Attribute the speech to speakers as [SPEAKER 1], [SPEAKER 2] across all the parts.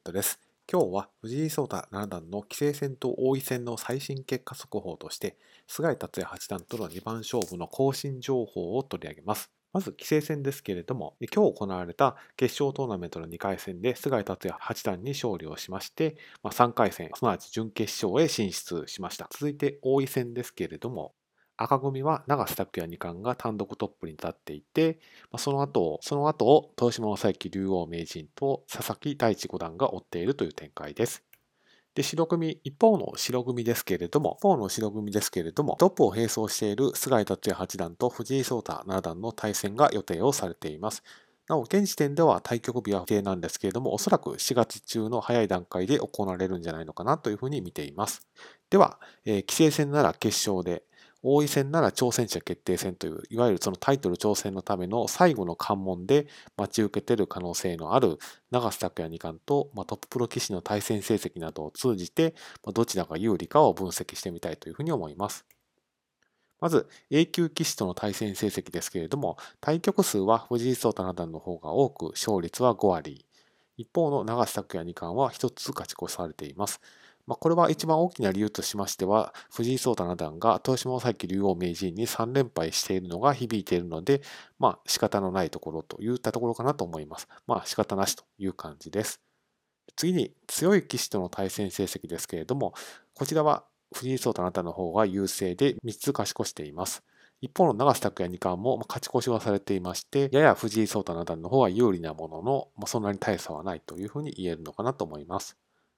[SPEAKER 1] トです。今日は藤井聡太七段の棋聖戦と王位戦の最新結果速報として、菅井竜也八段との2番勝負の更新情報を取り上げます。まず棋聖戦ですけれども、今日行われた決勝トーナメントの2回戦で菅井竜也八段に勝利をしまして、3回戦、すなわち準決勝へ進出しました。続いて王位戦ですけれども、赤組は永瀬拓矢二冠が単独トップに立っていて、その後を豊島将之竜王名人と佐々木大地五段が追っているという展開です。で、一方の白組ですけれども、トップを並走している菅井竜也八段と藤井聡太七段の対戦が予定をされています。なお、現時点では対局日は不定なんですけれども、おそらく4月中の早い段階で行われるんじゃないのかなというふうに見ています。では、棋聖戦なら決勝で、王位戦なら挑戦者決定戦という、いわゆるそのタイトル挑戦のための最後の関門で待ち受けている可能性のある永瀬拓矢二冠と、トッププロ棋士の対戦成績などを通じて、どちらが有利かを分析してみたいというふうに思います。まず、A 級棋士との対戦成績ですけれども、対局数は藤井聡太七段の方が多く、勝率は5割。一方の永瀬拓矢二冠は1つ勝ち越されています。これは一番大きな理由としましては、藤井聡太七段が豊島将之竜王名人に3連敗しているのが響いているので、仕方のないところといったところかなと思います。仕方なしという感じです。次に強い棋士との対戦成績ですけれども、こちらは藤井聡太七段の方が優勢で3つ勝ち越しています。一方の永瀬拓矢二冠も勝ち越しはされていまして、やや藤井聡太七段の方は有利なものの、そんなに大差はないというふうに言えるのかなと思います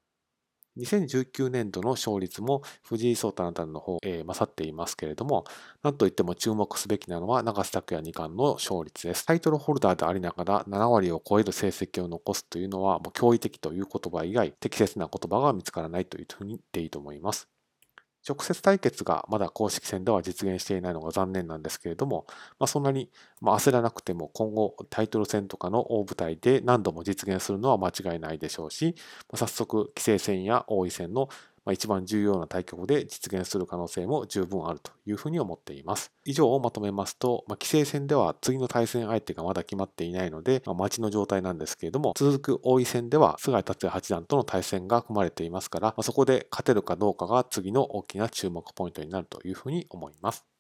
[SPEAKER 1] 。2019年度の勝率も藤井聡太七段の方、勝っていますけれども、なんといっても注目すべきなのは永瀬拓矢二冠の勝率です。タイトルホルダーでありながら7割を超える成績を残すというのは、もう驚異的という言葉以外、適切な言葉が見つからないというふうに言っていいと思います。直接対決がまだ公式戦では実現していないのが残念なんですけれども、そんなに焦らなくても今後タイトル戦とかの大舞台で何度も実現するのは間違いないでしょうし、早速棋聖戦や王位戦の一番重要な対局で実現する可能性も十分あるというふうに思っています。以上をまとめますと、棋聖戦では次の対戦相手がまだ決まっていないので、待ちの状態なんですけれども、続く王位戦では菅井竜也八段との対戦が組まれていますから、そこで勝てるかどうかが次の大きな注目ポイントになるというふうに思います。